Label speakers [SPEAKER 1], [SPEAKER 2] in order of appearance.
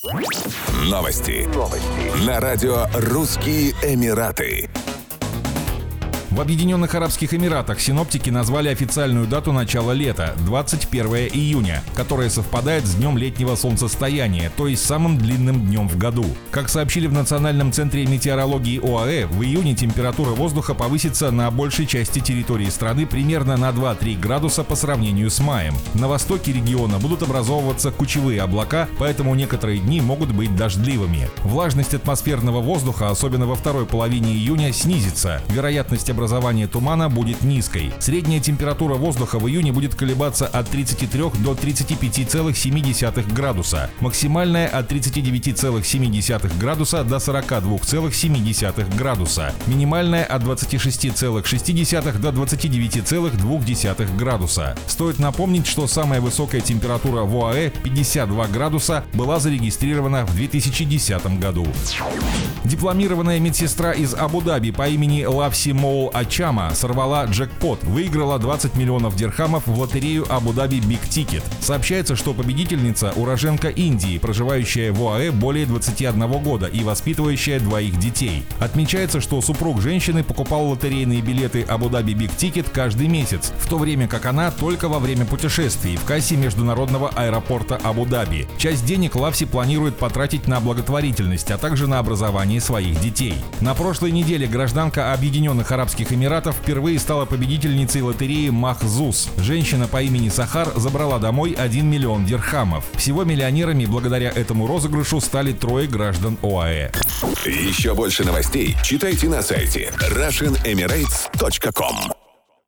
[SPEAKER 1] Новости. На радио «Русские Эмираты».
[SPEAKER 2] В Объединенных Арабских Эмиратах синоптики назвали официальную дату начала лета – 21 июня, которая совпадает с днем летнего солнцестояния, то есть самым длинным днем в году. Как сообщили в Национальном центре метеорологии ОАЭ, в июне температура воздуха повысится на большей части территории страны примерно на 2-3 градуса по сравнению с маем. На востоке региона будут образовываться кучевые облака, поэтому некоторые дни могут быть дождливыми. Влажность атмосферного воздуха, особенно во второй половине июня, снизится. Вероятность образования тумана будет низкой. Средняя температура воздуха в июне будет колебаться от 33 до 35,7 градуса, максимальная от 39,7 градуса до 42,7 градуса, минимальная от 26,6 до 29,2 градуса. Стоит напомнить, что самая высокая температура в ОАЭ, 52 градуса, была зарегистрирована в 2010 году. Дипломированная медсестра из Абу-Даби по имени Лавси Моул Ачама сорвала джекпот, выиграла 20 миллионов дирхамов в лотерею Абу-Даби Big Ticket. Сообщается, что победительница – уроженка Индии, проживающая в ОАЭ более 21 года и воспитывающая 2 детей. Отмечается, что супруг женщины покупал лотерейные билеты Абу-Даби Big Ticket каждый месяц, в то время как она только во время путешествий в кассе международного аэропорта Абу-Даби. Часть денег Лавси планирует потратить на благотворительность, а также на образование своих детей. На прошлой неделе гражданка Объединенных Арабских Эмиратов впервые стала победительницей лотереи Махзус. Женщина по имени Сахар забрала домой 1 миллион дирхамов. Всего миллионерами благодаря этому розыгрышу стали 3 граждан ОАЭ.
[SPEAKER 1] Еще больше новостей читайте на сайте RussianEmirates.com.